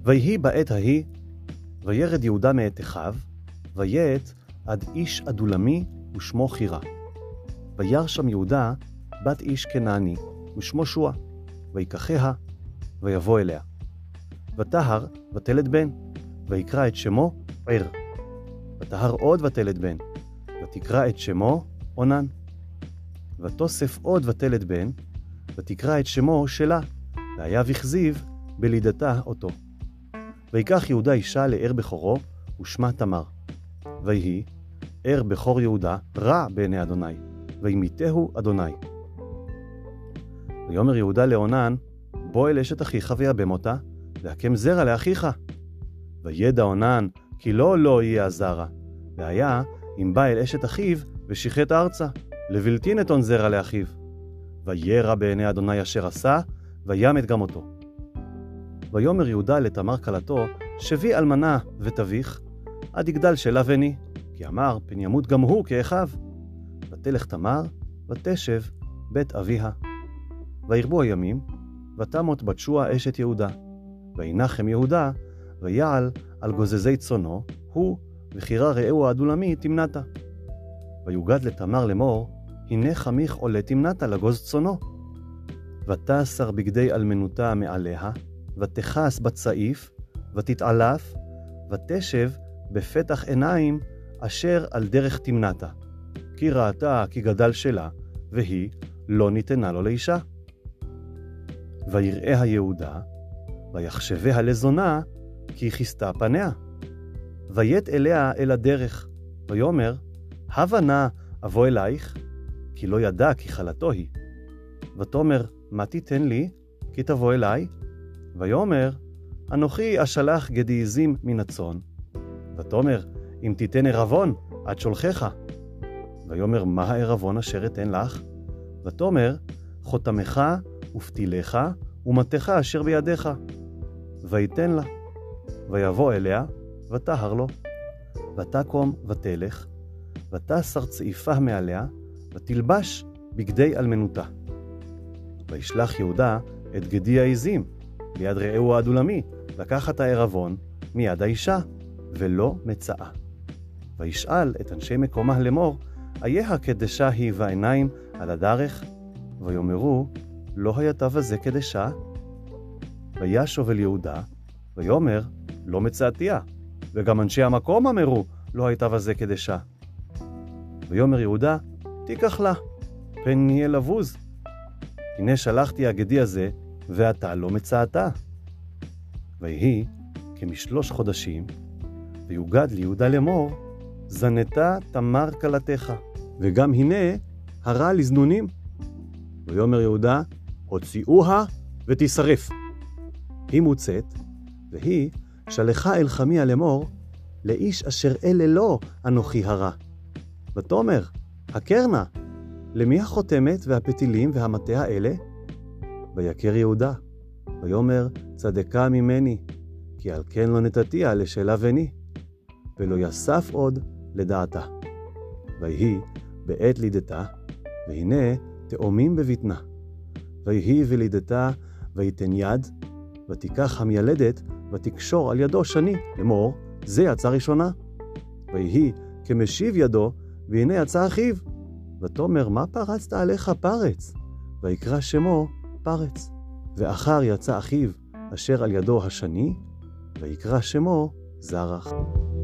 ויהי בעת ההיא, וירד יהודה מאת אחיו, ויית עד איש אדולמי ושמו חירה. וירא שם יהודה בת איש כנעני ושמו שוע, ויקחיה ויבוא אליה. ותהר ותלד בן, ויקרא את שמו ער. ותהר עוד ותלד בן, ותקרא את שמו עונן. ותוסף עוד ותלד בן, ותקרא את שמו שלה, והיה בכזיב בלידתה אותו. ויקח יהודה אישה לער בכורו, ושמה תמר. ויהי ער בכור יהודה רע בעיני אדוני, וימיתהו אדוני. ויאמר יהודה לעונן, בוא אל אשת אחיך ויבם אותה, והקם זרע לאחיך. וידע עונן כי לא יהיה הזרע, והיה אם בא אל אשת אחיו ושיחת ארצה, לבלתי נתון זרע לאחיו. וירא בעיני אדוני אשר עשה, וימת גם אותו. ויאמר יהודה לתמר כלתו, שבי אלמנה ותביך, עד יגדל שלה בני, כי אמר פן ימות גם הוא כאחיו. ותלך תמר, ותשב בית אביה. וירבו הימים, ותמות בת שוע אשת יהודה. וינחם יהודה, ויעל על גוזזי צונו, הוא וחירה רעהו האדולמי תמנתה. ויוגד לתמר לאמור, הנה חמיך עולה תמנתה לגוז צונו. ותסר בגדי אלמנותה מעליה, ותכס בצעיף, ותתעלף, ותשב בפתח עיניים אשר על דרך תמנתה. כי ראתה כי גדל שלה, והיא לא ניתנה לו לאישה. ויראה היהודה, ויחשביה לזונה, כי כיסתה פניה. ויית אליה אל הדרך, ויאמר, הבה נא אבוא אלייך, כי לא ידע כי חלתו היא. ותאמר, מה תיתן לי, כי תבוא אליי? ויאמר, אנוכי אשלח גדי עזים מן הצאן. ותאמר, אם תיתן ערבון, עד שולחך. ויאמר, מה הערבון אשר אתן לך? ותאמר, חותמך ופתילך ומתך אשר בידיך. ויתן לה. ויבוא אליה, ותהר לו. ותקום ותלך, ותסר צעיפה מעליה, ותלבש בגדי אלמנותה. וישלח יהודה את גדי העזים ליד רעהו האדולמי, לקחת הערבון מיד האישה, ולא מצאה. וישאל את אנשי מקומה לאמור, איה קדשה היא בעיניים על הדרך? ויאמרו, לא הייתה בזה קדשה? וישוב אל יהודה, ויאמר, לא מצאתיה, וגם אנשי המקום אמרו, לא הייתה בזה קדשה. ויאמר יהודה, תיקח לה, פן יהיה לבוז. הנה שלחתי הגדי הזה, ואתה לא מצאתה. ויהי כ3 חודשים, ויוגד ליהודה לאמור, זנתה תמר כלתך, וגם הנה הרע לזנונים. ויאמר יהודה, הוציאוה ותשרף. היא מוצאת, והיא שלחה אל חמיה לאמור, לאיש אשר אלה לו אנוכי הרע. ותאמר, הכר נא, למי החותמת והפתילים והמטה האלה? ויקר יהודה, ויאמר, צדקה ממני, כי על כן לא נתתיה לשלה בני, ולא יסף עוד לדעתה. ויהי בעת לידתה, והנה תאומים בבטנה. ויהי ולידתה, ויתן יד, ותיקח המילדת, ותקשור על ידו שני, לאמור, זה יצא ראשונה. ויהי כמשיב ידו, והנה יצא אחיו. ותאמר, מה פרצת עליך פרץ? ויקרא שמו פרץ. ואחר יצא אחיו, אשר על ידו השני, ויקרא שמו זרח.